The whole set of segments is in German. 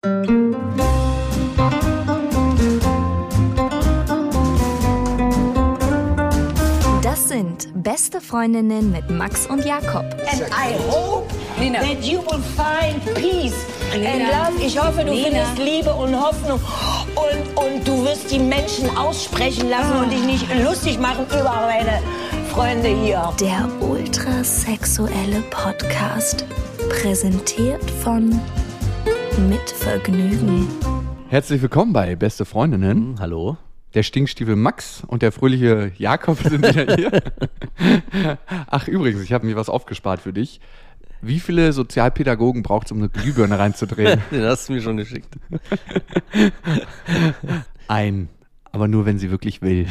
Das sind Beste Freundinnen mit Max und Jakob. And I hope that you will find peace and love. Ich hoffe, du findest Liebe und Hoffnung und du wirst die Menschen aussprechen lassen und dich nicht lustig machen über meine Freunde hier. Der ultrasexuelle Podcast, präsentiert von Mit Vergnügen. Herzlich willkommen bei Beste Freundinnen. Hallo. Der Stinkstiefel Max und der fröhliche Jakob sind wieder hier. Ach, übrigens, ich habe mir was aufgespart für dich. Wie viele Sozialpädagogen braucht es, um eine Glühbirne reinzudrehen? Den hast du mir schon geschickt. Ein, aber nur, wenn sie wirklich will.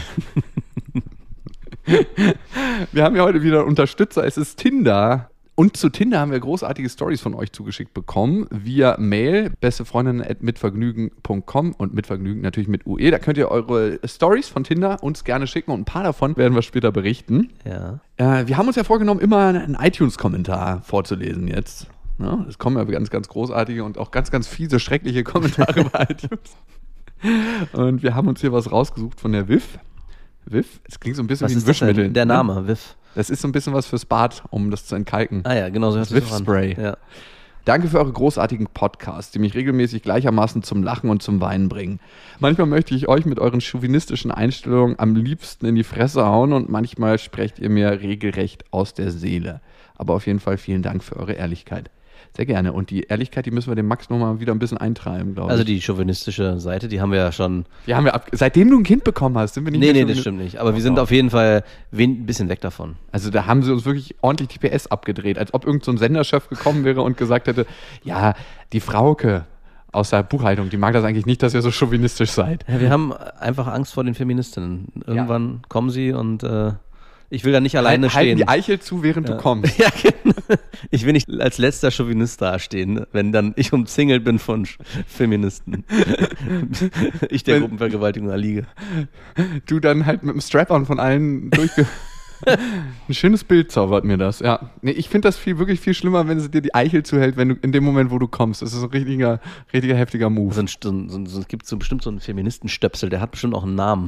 Wir haben ja heute wieder einen Unterstützer, es ist Tinder. Und zu Tinder haben wir großartige Stories von euch zugeschickt bekommen, via Mail, bestefreundinnen@mitvergnügen.com und Mitvergnügen natürlich mit UE. Da könnt ihr eure Stories von Tinder uns gerne schicken und ein paar davon werden wir später berichten. Ja. Wir haben uns ja vorgenommen, immer einen iTunes-Kommentar vorzulesen jetzt. Ja, es kommen ja ganz, ganz großartige und auch ganz, ganz fiese, schreckliche Kommentare bei iTunes. Und wir haben uns hier was rausgesucht von der Viv. Viv, es klingt so ein bisschen Was wie ein ist das denn? Wischmittel. Der Name, Viv. Das ist so ein bisschen was fürs Bad, um das zu entkalken. Ah ja, genau so Das hört sich Viv-Spray. Ja. Danke für eure großartigen Podcasts, die mich regelmäßig gleichermaßen zum Lachen und zum Weinen bringen. Manchmal möchte ich euch mit euren chauvinistischen Einstellungen am liebsten in die Fresse hauen und manchmal sprecht ihr mir regelrecht aus der Seele. Aber auf jeden Fall vielen Dank für eure Ehrlichkeit. Sehr gerne. Und die Ehrlichkeit, die müssen wir dem Max nochmal wieder ein bisschen eintreiben, glaube ich. Also die chauvinistische Seite, die haben wir ja schon... Die haben wir seitdem du ein Kind bekommen hast, sind wir nicht Nee, mehr das stimmt nicht. Aber wir sind auf jeden Fall ein bisschen weg davon. Also da haben sie uns wirklich ordentlich die PS abgedreht, als ob irgend so ein Senderchef gekommen wäre und gesagt hätte, ja, die Frauke aus der Buchhaltung, die mag das eigentlich nicht, dass ihr so chauvinistisch seid. Ja, wir haben einfach Angst vor den Feministinnen. Irgendwann kommen sie und ich will da nicht alleine Halten stehen. die Eichel zu, während du kommst. Ja, genau. Ich will nicht als letzter Chauvinist dastehen, wenn dann ich umzingelt bin von Feministen. Ich der Gruppenvergewaltigung erliege. Du dann halt mit dem Strap-on von allen Ein schönes Bild zaubert mir das, ja. Nee, ich finde das wirklich viel schlimmer, wenn sie dir die Eichel zuhält, wenn du in dem Moment, wo du kommst. Das ist so ein richtiger heftiger Move. Es gibt so bestimmt so einen Feministenstöpsel, der hat bestimmt auch einen Namen.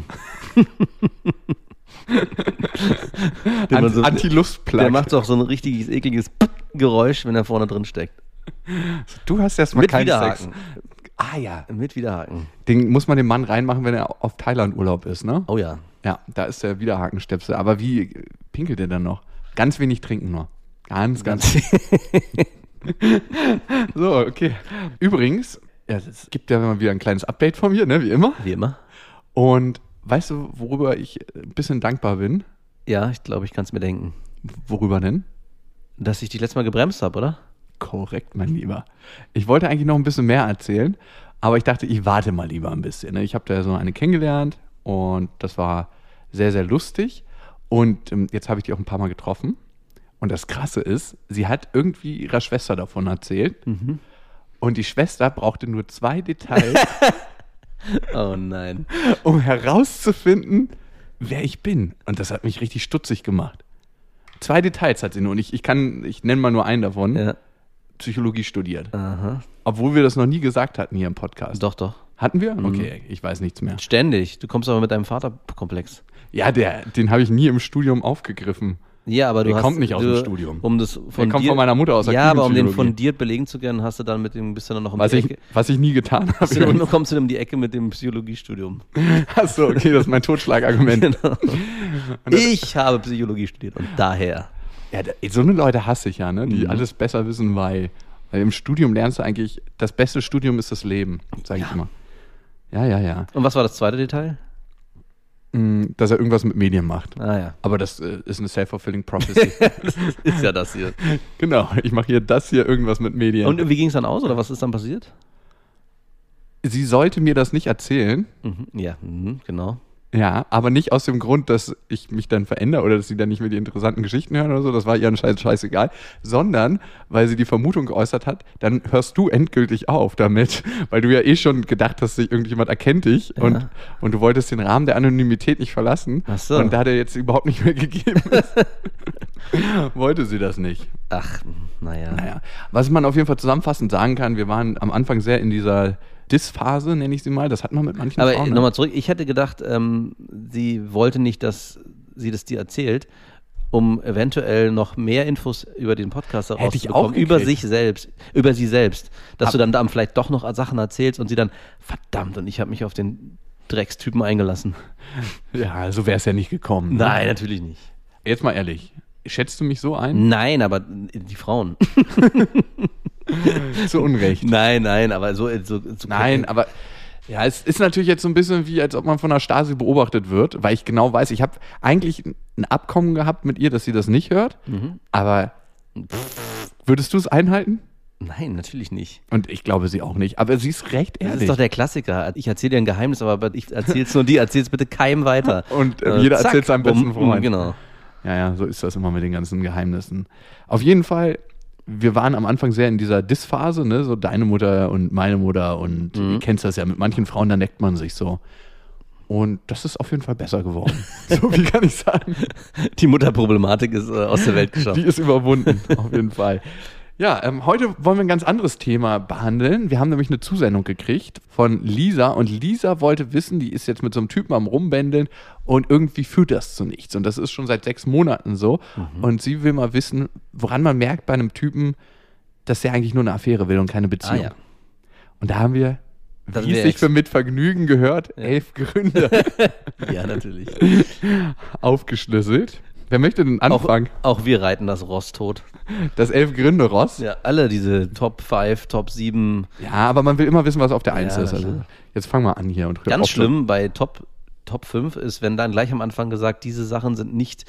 Anti-Lustplug. Der macht auch so ein richtiges, ekliges Geräusch, wenn er vorne drin steckt. Du hast erstmal Mit keinen Widerhaken. Sex. Ah ja. Mit Widerhaken. Den muss man dem Mann reinmachen, wenn er auf Thailand-Urlaub ist, ne? Oh ja. Ja, da ist der Widerhakenstöpsel. Aber wie pinkelt der dann noch? Ganz wenig trinken nur. Ganz. So, okay. Übrigens, ja, es gibt ja immer wieder ein kleines Update von mir, ne? Wie immer. Wie immer. Und weißt du, worüber ich ein bisschen dankbar bin? Ja, ich glaube, ich kann es mir denken. Worüber denn? Dass ich dich letztes Mal gebremst habe, oder? Korrekt, mein Lieber. Ich wollte eigentlich noch ein bisschen mehr erzählen, aber ich dachte, ich warte mal lieber ein bisschen. Ich habe da so eine kennengelernt und das war sehr, sehr lustig. Und jetzt habe ich die auch ein paar Mal getroffen. Und das Krasse ist, sie hat irgendwie ihrer Schwester davon erzählt. Mhm. Und die Schwester brauchte nur 2 Details, oh nein. um herauszufinden, wer ich bin. Und das hat mich richtig stutzig gemacht. 2 Details hat sie nur. Und ich nenne mal nur einen davon. Ja. Psychologie studiert. Aha. Obwohl wir das noch nie gesagt hatten hier im Podcast. Doch. Hatten wir? Okay, ich weiß nichts mehr. Ständig. Du kommst aber mit deinem Vaterkomplex. Ja, den habe ich nie im Studium aufgegriffen. Ja, aber Der kommt nicht aus dem Studium. Der kommt von meiner Mutter aus der Ja, aber um den Küchenpsychologie. fundiert belegen zu können, bist du dann noch um Was die ich, Ecke. was ich nie getan habe. Dann kommst du dann um die Ecke mit dem Psychologiestudium. Achso, okay, das ist mein Totschlagargument. Genau. Ich habe Psychologie studiert und daher. Ja, so eine Leute hasse ich ja, ne? Die alles besser wissen, weil im Studium lernst du eigentlich, das beste Studium ist das Leben, sage ich immer. Ja. Und was war das zweite Detail? Dass er irgendwas mit Medien macht. Ah ja. Aber das ist eine self-fulfilling prophecy. Das ist ja das hier. Genau, ich mache hier irgendwas mit Medien. Und wie ging es dann aus oder was ist dann passiert? Sie sollte mir das nicht erzählen. Ja, genau. Ja, aber nicht aus dem Grund, dass ich mich dann verändere oder dass sie dann nicht mehr die interessanten Geschichten hören oder so, das war ihr anscheinend scheißegal, sondern weil sie die Vermutung geäußert hat, dann hörst du endgültig auf damit, weil du ja eh schon gedacht hast, irgendjemand erkennt dich und du wolltest den Rahmen der Anonymität nicht verlassen. Ach so. Und da der jetzt überhaupt nicht mehr gegeben ist, wollte sie das nicht. Ach, naja. Was man auf jeden Fall zusammenfassend sagen kann, wir waren am Anfang sehr in dieser Diss-Phase, nenne ich sie mal. Das hat man mit manchen Aber Frauen. nochmal zurück, ich hätte gedacht, sie wollte nicht, dass sie das dir erzählt, um eventuell noch mehr Infos über den Podcast herauszubekommen, über sie selbst, dass du dann da vielleicht doch noch Sachen erzählst und sie dann, verdammt, und ich habe mich auf den Dreckstypen eingelassen. Ja, so wäre es ja nicht gekommen. Ne? Nein, natürlich nicht. Jetzt mal ehrlich, schätzt du mich so ein? Nein, aber die Frauen. Zu Unrecht. Nein, aber so Nein, aber ja, es ist natürlich jetzt so ein bisschen wie, als ob man von der Stasi beobachtet wird, weil ich genau weiß, ich habe eigentlich ein Abkommen gehabt mit ihr, dass sie das nicht hört, aber würdest du es einhalten? Nein, natürlich nicht. Und ich glaube sie auch nicht, aber sie ist recht ehrlich. Das ist doch der Klassiker. Ich erzähle dir ein Geheimnis, aber ich erzähle es nur dir, erzähl es bitte keinem weiter. Und jeder erzählt seinem besten Freund. Genau. Ja, so ist das immer mit den ganzen Geheimnissen. Auf jeden Fall, wir waren am Anfang sehr in dieser Diss-Phase, ne? So deine Mutter und meine Mutter und du kennst das ja, mit manchen Frauen, da neckt man sich so. Und das ist auf jeden Fall besser geworden. So wie kann ich sagen. Die Mutterproblematik ist aus der Welt geschafft. Die ist überwunden, auf jeden Fall. Ja, heute wollen wir ein ganz anderes Thema behandeln. Wir haben nämlich eine Zusendung gekriegt von Lisa und Lisa wollte wissen, die ist jetzt mit so einem Typen am Rumbändeln und irgendwie führt das zu nichts. Und das ist schon seit 6 Monaten so. Und sie will mal wissen, woran man merkt bei einem Typen, dass der eigentlich nur eine Affäre will und keine Beziehung. Ja. Und da haben wir, wie es sich für mit Vergnügen gehört, 11 Gründe Ja, natürlich. aufgeschlüsselt. Wer möchte denn anfangen? Auch wir reiten das Ross tot. Das 11 Gründe Ross? Ja, alle diese Top 5, Top 7. Ja, aber man will immer wissen, was auf der 1 ist. Also klar. jetzt fang mal an hier. Und Ganz schlimm bei Top 5 ist, wenn dann gleich am Anfang gesagt, diese Sachen sind nicht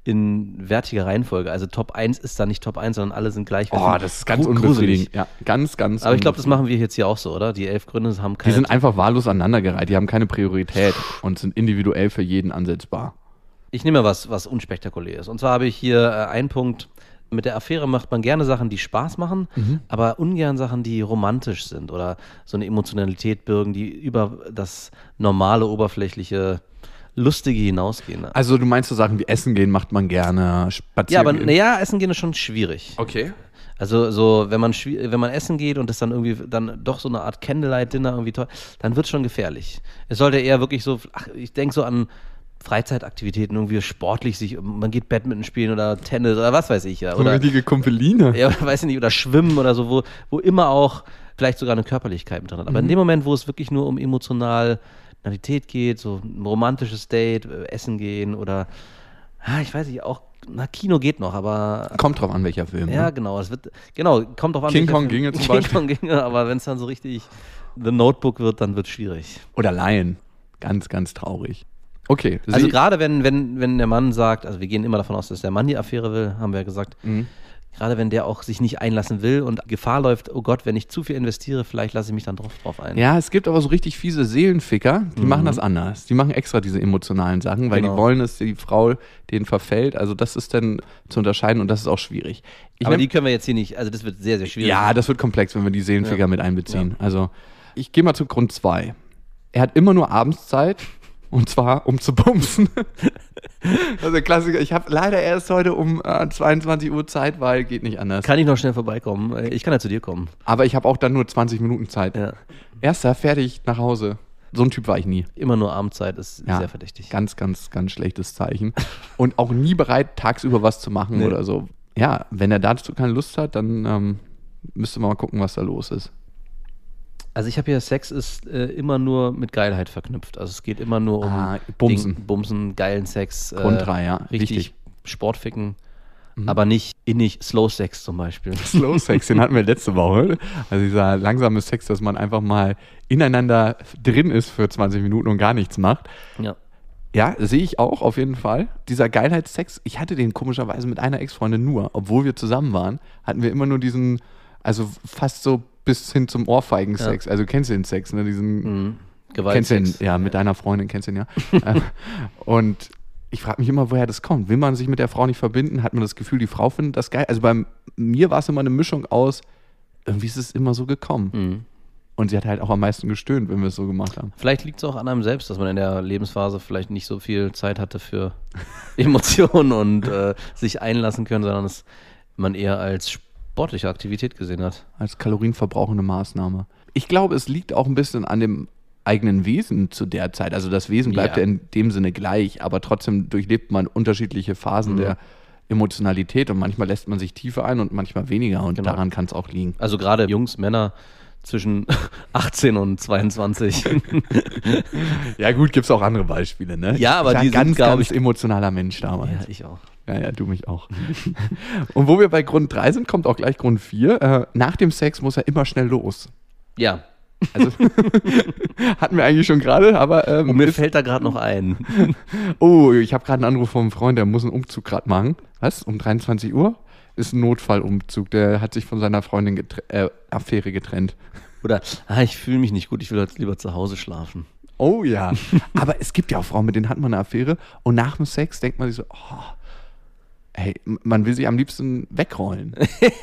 in wertiger Reihenfolge. Also Top 1 ist da nicht Top 1, sondern alle sind gleich. Oh, das ist ganz unbefriedigend. Ja, ganz Aber ich glaube, das machen wir jetzt hier auch so, oder? Die 11 Gründe haben keine... Die sind einfach wahllos aneinandergereiht. Die haben keine Priorität und sind individuell für jeden ansetzbar. Ich nehme mal was unspektakulär ist. Und zwar habe ich hier einen Punkt. Mit der Affäre macht man gerne Sachen, die Spaß machen, aber ungern Sachen, die romantisch sind oder so eine Emotionalität birgen, die über das normale, oberflächliche, lustige hinausgehen. Also du meinst so Sachen wie Essen gehen macht man gerne, spazieren gehen? Essen gehen ist schon schwierig. Okay. Also so, wenn man essen geht und das dann irgendwie dann doch so eine Art Candlelight-Dinner irgendwie toll, dann wird es schon gefährlich. Es sollte eher wirklich so, ich denke so an Freizeitaktivitäten, irgendwie sportlich man geht Badminton spielen oder Tennis oder was weiß ich ja. So eine richtige Kumpeline. Ja, weiß ich nicht, oder Schwimmen oder so, wo immer auch vielleicht sogar eine Körperlichkeit mit drin hat. Aber in dem Moment, wo es wirklich nur um Emotionalität geht, so ein romantisches Date, Essen gehen oder, ich weiß nicht, auch, Kino geht noch, aber... Kommt drauf an, welcher Film. Ja, ne? genau, kommt drauf an. King Kong ginge zum Beispiel. King Kong ginge, aber wenn es dann so richtig The Notebook wird, dann wird es schwierig. Oder Lion. Ganz, ganz traurig. Okay. Also gerade wenn der Mann sagt, also wir gehen immer davon aus, dass der Mann die Affäre will, haben wir ja gesagt, gerade wenn der auch sich nicht einlassen will und Gefahr läuft, oh Gott, wenn ich zu viel investiere, vielleicht lasse ich mich dann drauf ein. Ja, es gibt aber so richtig fiese Seelenficker, die machen das anders. Die machen extra diese emotionalen Sachen, weil die wollen, dass die Frau denen verfällt. Also das ist dann zu unterscheiden und das ist auch schwierig. Aber die können wir jetzt hier nicht, also das wird sehr, sehr schwierig. Ja, das wird komplex, wenn wir die Seelenficker mit einbeziehen. Ja. Also ich gehe mal zu Grund 2. Er hat immer nur abends Zeit. Und zwar, um zu bumsen. Das ist der Klassiker. Ich habe leider erst heute um 22 Uhr Zeit, weil geht nicht anders. Kann ich noch schnell vorbeikommen? Ich kann ja zu dir kommen. Aber ich habe auch dann nur 20 Minuten Zeit. Ja. Erster, fertig, nach Hause. So ein Typ war ich nie. Immer nur Abendzeit ist sehr verdächtig. Ganz, ganz, ganz schlechtes Zeichen. Und auch nie bereit, tagsüber was zu machen oder so. Ja, wenn er dazu keine Lust hat, dann müsste man mal gucken, was da los ist. Also ich habe hier, Sex ist immer nur mit Geilheit verknüpft. Also es geht immer nur um Bumsen, geilen Sex. Grund 3, ja. Richtig Sportficken, aber nicht innig Slow Sex zum Beispiel. Slow Sex, den hatten wir letzte Woche. Also dieser langsame Sex, dass man einfach mal ineinander drin ist für 20 Minuten und gar nichts macht. Ja. Ja, sehe ich auch auf jeden Fall. Dieser Geilheitssex, ich hatte den komischerweise mit einer Ex-Freundin nur, obwohl wir zusammen waren, hatten wir immer nur diesen, also fast so bis hin zum Ohrfeigen-Sex. Ja. Also kennst du den Sex, ne? Diesen Gewaltsex. Ja, mit deiner Freundin kennst du ihn ja. Und ich frage mich immer, woher das kommt. Will man sich mit der Frau nicht verbinden? Hat man das Gefühl, die Frau findet das geil? Also bei mir war es immer eine Mischung aus, irgendwie ist es immer so gekommen. Und sie hat halt auch am meisten gestöhnt, wenn wir es so gemacht haben. Vielleicht liegt es auch an einem selbst, dass man in der Lebensphase vielleicht nicht so viel Zeit hatte für Emotionen und sich einlassen können, sondern es man eher als sportliche Aktivität gesehen hat. Als kalorienverbrauchende Maßnahme. Ich glaube, es liegt auch ein bisschen an dem eigenen Wesen zu der Zeit. Also das Wesen bleibt ja in dem Sinne gleich, aber trotzdem durchlebt man unterschiedliche Phasen der Emotionalität und manchmal lässt man sich tiefer ein und manchmal weniger und daran kann es auch liegen. Also gerade Jungs, Männer zwischen 18 und 22. Ja gut, gibt es auch andere Beispiele, ne? Ja, aber die ganz, sind, glaube ich, emotionaler Mensch damals. Ja, ich auch. Ja, du mich auch. Und wo wir bei Grund 3 sind, kommt auch gleich Grund 4. Nach dem Sex muss er immer schnell los. Ja. Also hatten wir eigentlich schon gerade, aber und mir fällt da gerade noch ein. Oh, ich habe gerade einen Anruf vom Freund, der muss einen Umzug gerade machen. Was? Um 23 Uhr? Ist ein Notfallumzug. Der hat sich von seiner Freundin Affäre getrennt. Oder, ich fühle mich nicht gut, ich will jetzt lieber zu Hause schlafen. Oh ja. Aber es gibt ja auch Frauen, mit denen hat man eine Affäre und nach dem Sex denkt man sich so, hey, man will sie am liebsten wegrollen.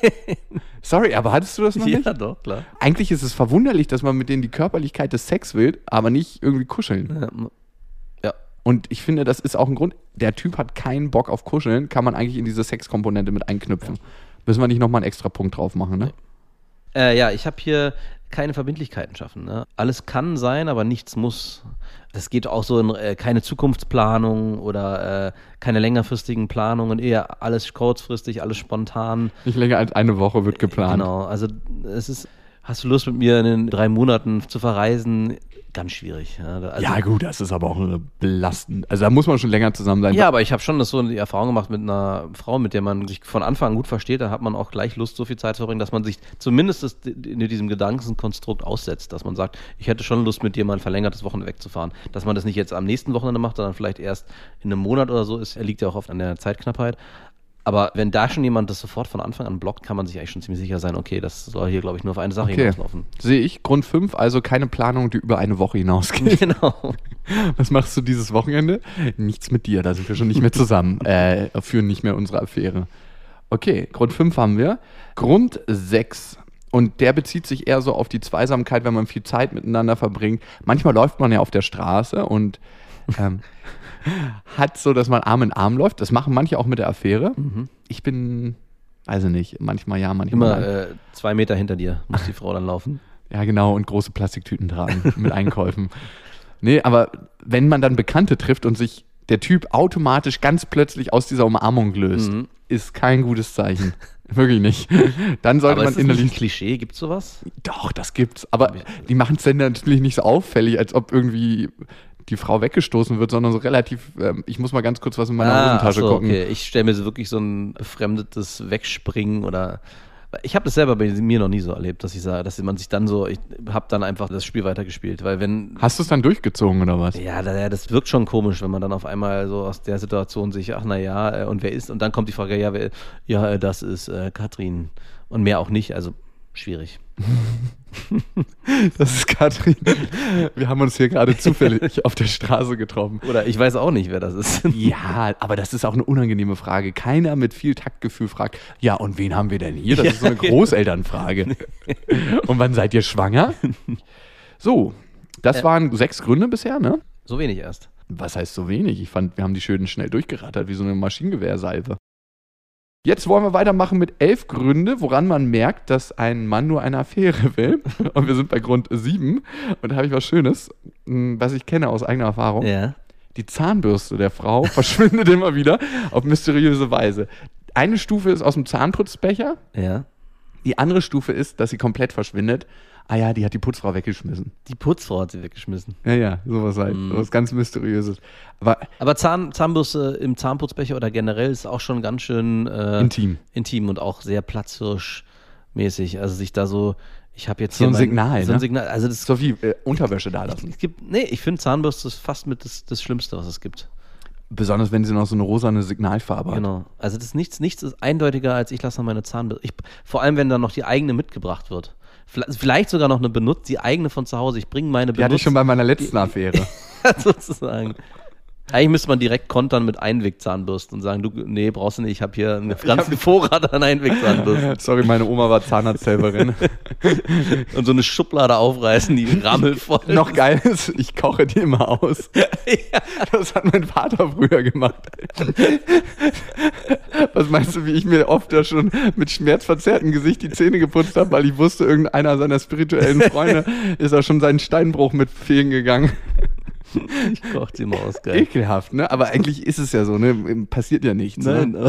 Sorry, aber hattest du das noch nicht? Ja, doch, klar. Eigentlich ist es verwunderlich, dass man mit denen die Körperlichkeit des Sex will, aber nicht irgendwie kuscheln. Ja. Und ich finde, das ist auch ein Grund, der Typ hat keinen Bock auf Kuscheln, kann man eigentlich in diese Sexkomponente mit einknüpfen. Müssen wir nicht nochmal einen extra Punkt drauf machen, ne? Ja, ich habe hier keine Verbindlichkeiten schaffen. Ne? Alles kann sein, aber nichts muss. Das geht auch so in keine Zukunftsplanung oder keine längerfristigen Planungen, eher alles kurzfristig, alles spontan. Nicht länger als eine Woche wird geplant. Genau, also es ist, hast du Lust mit mir in den 3 Monaten zu verreisen? Ganz schwierig. Also, ja gut, das ist aber auch belastend. Also da muss man schon länger zusammen sein. Ja, aber ich habe schon so die Erfahrung gemacht mit einer Frau, mit der man sich von Anfang an gut versteht. Da hat man auch gleich Lust, so viel Zeit zu verbringen, dass man sich zumindest in diesem Gedankenkonstrukt aussetzt. Dass man sagt, ich hätte schon Lust, mit dir mal ein verlängertes Wochenende wegzufahren. Dass man das nicht jetzt am nächsten Wochenende macht, sondern vielleicht erst in einem Monat oder so ist, liegt ja auch oft an der Zeitknappheit. Aber wenn da schon jemand das sofort von Anfang an blockt, kann man sich eigentlich schon ziemlich sicher sein, okay, das soll hier, glaube ich, nur auf eine Sache hinauslaufen. Sehe ich. Grund 5, also keine Planung, die über eine Woche hinausgeht. Genau. Was machst du dieses Wochenende? Nichts mit dir, da sind wir schon nicht mehr zusammen. Führen nicht mehr unsere Affäre. Okay, Grund 5 haben wir. Grund 6. Und der bezieht sich eher so auf die Zweisamkeit, wenn man viel Zeit miteinander verbringt. Manchmal läuft man ja auf der Straße und hat so, dass man Arm in Arm läuft. Das machen manche auch mit der Affäre. Mhm. Ich bin, weiß ich nicht, manchmal ja, manchmal immer 2 Meter hinter dir muss die Frau dann laufen. Ja, genau, und große Plastiktüten tragen mit Einkäufen. Nee, aber wenn man dann Bekannte trifft und sich der Typ automatisch ganz plötzlich aus dieser Umarmung löst, ist kein gutes Zeichen. Wirklich nicht. Dann sollte aber man ist das innerlich. Nicht ein Klischee, gibt's sowas? Doch, das gibt's. Aber die machen es dann natürlich nicht so auffällig, als ob irgendwie die Frau weggestoßen wird, sondern so relativ, ich muss mal ganz kurz was in meiner Hosentasche gucken. Okay, ich stelle mir so wirklich so ein befremdetes Wegspringen oder ich habe das selber bei mir noch nie so erlebt, dass ich sage, dass man sich dann so, ich habe dann einfach das Spiel weitergespielt, weil wenn... Hast du es dann durchgezogen oder was? Ja, das wirkt schon komisch, wenn man dann auf einmal so aus der Situation sich, und wer ist? Und dann kommt die Frage, das ist Katrin und mehr auch nicht, also schwierig. Das ist Katrin. Wir haben uns hier gerade zufällig auf der Straße getroffen. Oder ich weiß auch nicht, wer das ist. Ja, aber das ist auch eine unangenehme Frage. Keiner mit viel Taktgefühl fragt, ja, und wen haben wir denn hier? Das ist so eine Großelternfrage. Und wann seid ihr schwanger? So, das waren 6 Gründe bisher, ne? So wenig erst. Was heißt so wenig? Ich fand, wir haben die schön schnell durchgerattert, wie so eine Maschinengewehrsalve. Jetzt wollen wir weitermachen mit 11 Gründe, woran man merkt, dass ein Mann nur eine Affäre will. Und wir sind bei Grund 7. Und da habe ich was Schönes, was ich kenne aus eigener Erfahrung. Ja. Die Zahnbürste der Frau verschwindet immer wieder auf mysteriöse Weise. Eine Stufe ist aus dem Zahnputzbecher. Ja. Die andere Stufe ist, dass sie komplett verschwindet. Ah ja, die hat die Putzfrau weggeschmissen. Die Putzfrau hat sie weggeschmissen. Ja, sowas halt. Sowas ganz Mysteriöses. Aber Zahnbürste im Zahnputzbecher oder generell ist auch schon ganz schön intim und auch sehr Platzhirsch-mäßig. Also sich da so, ich habe jetzt so hier ein Signal, so ein Signal. Also das so wie Unterwäsche da lassen. Ich finde Zahnbürste ist fast mit das Schlimmste, was es gibt. Besonders wenn sie noch so eine rosane Signalfarbe hat. Genau. Also das nichts ist eindeutiger, als ich lasse noch meine Zahnbürste. Vor allem, wenn dann noch die eigene mitgebracht wird. Vielleicht sogar noch die eigene von zu Hause. Ich bringe meine Die hatte ich schon bei meiner letzten Affäre. Sozusagen. Eigentlich müsste man direkt kontern mit Einwegzahnbürsten und sagen, nee, brauchst du nicht, ich habe hier einen ganzen Vorrat an Einwegzahnbürsten. Sorry, meine Oma war Zahnarzthelferin. Und so eine Schublade aufreißen, die rammelvoll. Noch geil ist, ich koche die immer aus. Ja. Das hat mein Vater früher gemacht. Was meinst du, wie ich mir oft da schon mit schmerzverzerrtem Gesicht die Zähne geputzt habe, weil ich wusste, irgendeiner seiner spirituellen Freunde ist auch schon seinen Steinbruch mit Feen gegangen. Ich koche sie immer aus, geil. Ekelhaft, ne? Aber eigentlich ist es ja so, ne? Passiert ja nichts. Nein, ne?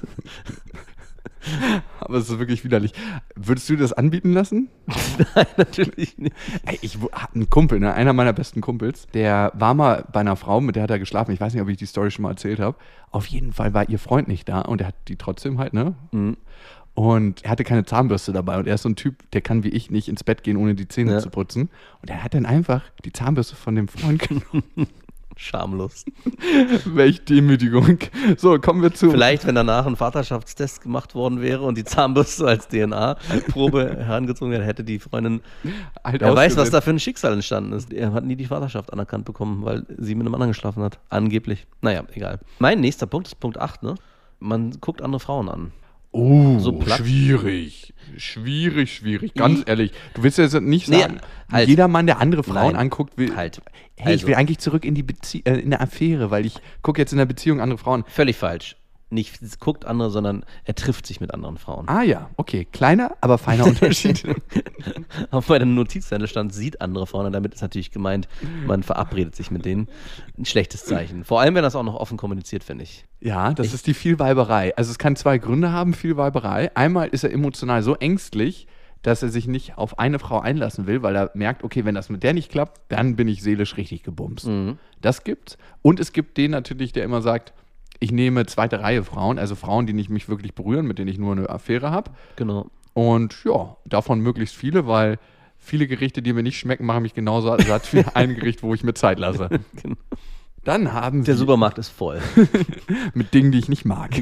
Aber es ist wirklich widerlich. Würdest du das anbieten lassen? Nein, natürlich nicht. Ey, ich habe einen Kumpel, ne? Einer meiner besten Kumpels, der war mal bei einer Frau, mit der hat er geschlafen. Ich weiß nicht, ob ich die Story schon mal erzählt habe. Auf jeden Fall war ihr Freund nicht da und er hat die trotzdem halt, ne? Mhm. Und er hatte keine Zahnbürste dabei und er ist so ein Typ, der kann wie ich nicht ins Bett gehen, ohne die Zähne zu putzen. Und er hat dann einfach die Zahnbürste von dem Freund genommen. Schamlos. Welch Demütigung. So, kommen wir zu... Vielleicht, wenn danach ein Vaterschaftstest gemacht worden wäre und die Zahnbürste als DNA-Probe herangezogen wäre, hätte die Freundin... Wer weiß, was da für ein Schicksal entstanden ist. Er hat nie die Vaterschaft anerkannt bekommen, weil sie mit einem anderen geschlafen hat. Angeblich. Naja, egal. Mein nächster Punkt ist Punkt 8, ne? Man guckt andere Frauen an. Oh, so schwierig. Ganz ehrlich. Du willst ja jetzt nicht sagen, jeder Mann, der andere Frauen anguckt, will... Hey, ich will eigentlich zurück in die in der Affäre, weil ich gucke jetzt in der Beziehung andere Frauen. Völlig falsch. Nicht guckt andere, sondern er trifft sich mit anderen Frauen. Ah ja, okay. Kleiner, aber feiner Unterschied. Auf meinem Notizzettel stand, sieht andere Frauen. Und damit ist natürlich gemeint, man verabredet sich mit denen. Ein schlechtes Zeichen. Vor allem, wenn das auch noch offen kommuniziert, finde ich. Ja, das ist die Vielweiberei. Also es kann zwei Gründe haben, Vielweiberei. Einmal ist er emotional so ängstlich, dass er sich nicht auf eine Frau einlassen will, weil er merkt, okay, wenn das mit der nicht klappt, dann bin ich seelisch richtig gebumst. Mhm. Das gibt's. Und es gibt den natürlich, der immer sagt, ich nehme zweite Reihe Frauen, also Frauen, die nicht mich wirklich berühren, mit denen ich nur eine Affäre habe. Genau. Und ja, davon möglichst viele, weil viele Gerichte, die mir nicht schmecken, machen mich genauso satt wie ein Gericht, wo ich mir Zeit lasse. Genau. Dann haben der Supermarkt ist voll. Mit Dingen, die ich nicht mag.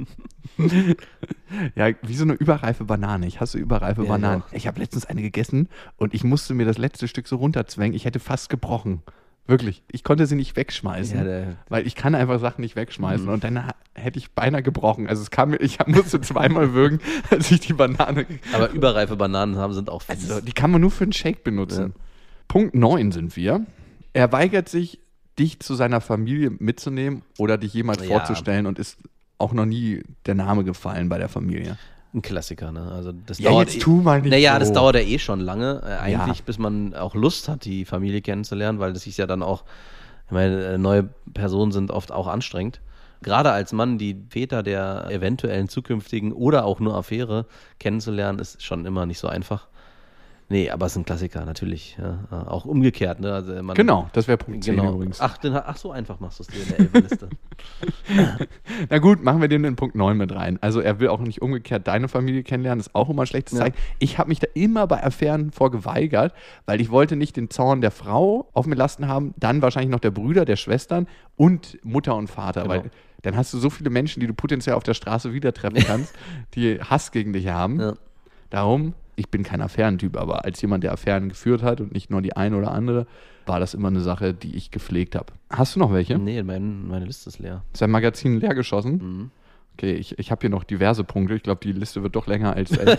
Ja, wie so eine überreife Banane. Ich hasse überreife Bananen. Ich habe letztens eine gegessen und ich musste mir das letzte Stück so runterzwängen. Ich hätte fast gebrochen. Wirklich. Ich konnte sie nicht wegschmeißen, weil ich kann einfach Sachen nicht wegschmeißen. Und dann hätte ich beinahe gebrochen. Also ich musste zweimal würgen, als ich die Banane... Aber überreife Bananen sind auch fies. Also die kann man nur für einen Shake benutzen. Ja. Punkt 9 sind wir. Er weigert sich, dich zu seiner Familie mitzunehmen oder dich jemals vorzustellen und ist auch noch nie der Name gefallen bei der Familie. Ein Klassiker, ne? Also das dauert jetzt tu mal nicht so. Das dauert ja schon lange, eigentlich, bis man auch Lust hat, die Familie kennenzulernen, weil das ist ja dann auch, ich meine, neue Personen sind oft auch anstrengend. Gerade als Mann die Väter der eventuellen zukünftigen oder auch nur Affäre kennenzulernen, ist schon immer nicht so einfach. Nee, aber es ist ein Klassiker, natürlich. Ja. Auch umgekehrt. Ne? Also genau, das wäre Punkt 10 übrigens. Ach, so einfach machst du es dir in der Elbenliste. Na gut, machen wir den in Punkt 9 mit rein. Also er will auch nicht umgekehrt deine Familie kennenlernen, ist auch immer ein schlechtes Zeichen. Ich habe mich da immer bei Affären vorgeweigert, weil ich wollte nicht den Zorn der Frau auf mir lasten haben, dann wahrscheinlich noch der Brüder, der Schwestern und Mutter und Vater, weil dann hast du so viele Menschen, die du potenziell auf der Straße wieder treffen kannst, die Hass gegen dich haben. Ja. Darum... Ich bin kein Affärentyp, aber als jemand, der Affären geführt hat und nicht nur die eine oder andere, war das immer eine Sache, die ich gepflegt habe. Hast du noch welche? Nee, meine Liste ist leer. Ist dein Magazin leer geschossen? Mhm. Okay, ich habe hier noch diverse Punkte. Ich glaube, die Liste wird doch länger als 11.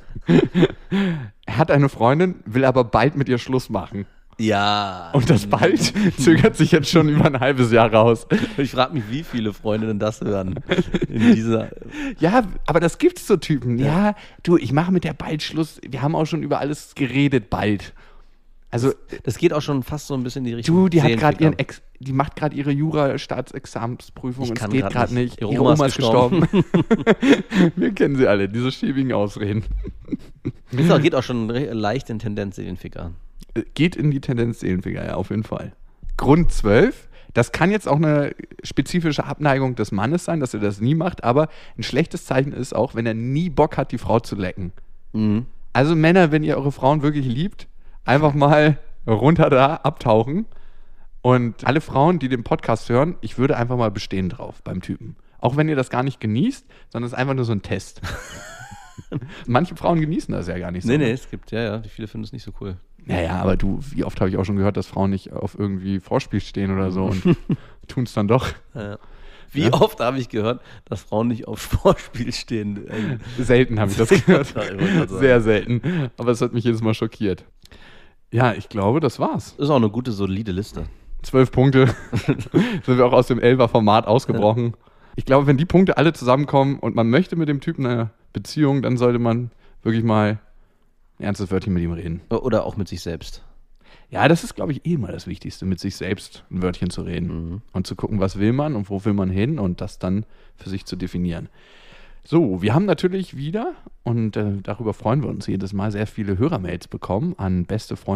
Er hat eine Freundin, will aber bald mit ihr Schluss machen. Ja. Und das bald zögert sich jetzt schon über ein halbes Jahr raus. Ich frage mich, wie viele Freundinnen das hören. In dieser ja, aber das gibt's so Typen. Ja, du, ich mache mit der bald Schluss. Wir haben auch schon über alles geredet, bald. Also das geht auch schon fast so ein bisschen in die Richtung. Du, die hat gerade die macht gerade ihre Jura-Staatsexamensprüfung und es geht gerade nicht. Ihre Oma ist gestorben. Wir kennen sie alle, diese schäbigen Ausreden. Geht auch schon leicht in Tendenz Seelenficker. Geht in die Tendenz Seelenficker, ja, auf jeden Fall. Grund 12, das kann jetzt auch eine spezifische Abneigung des Mannes sein, dass er das nie macht, aber ein schlechtes Zeichen ist auch, wenn er nie Bock hat, die Frau zu lecken. Mhm. Also Männer, wenn ihr eure Frauen wirklich liebt, einfach mal runter da abtauchen. Und alle Frauen, die den Podcast hören, ich würde einfach mal bestehen drauf beim Typen. Auch wenn ihr das gar nicht genießt, sondern es ist einfach nur so ein Test. Manche Frauen genießen das ja gar nicht so. Nee, es gibt, viele finden es nicht so cool. Naja, aber wie oft habe ich auch schon gehört, dass Frauen nicht auf irgendwie Vorspiel stehen oder so. Und tun es dann doch. Ja. Wie oft habe ich gehört, dass Frauen nicht auf Vorspiel stehen? Selten habe ich das gehört. Sehr selten. Aber es hat mich jedes Mal schockiert. Ja, ich glaube, das war's. Das ist auch eine gute, solide Liste. 12 Punkte. Sind wir auch aus dem 11er-Format ausgebrochen. Ja. Ich glaube, wenn die Punkte alle zusammenkommen und man möchte mit dem Typen eine Beziehung, dann sollte man wirklich mal ein ernstes Wörtchen mit ihm reden. Oder auch mit sich selbst. Ja, das ist, glaube ich, mal das Wichtigste, mit sich selbst ein Wörtchen zu reden und zu gucken, was will man und wo will man hin und das dann für sich zu definieren. So, wir haben natürlich wieder, und darüber freuen wir uns jedes Mal, sehr viele Hörermails bekommen an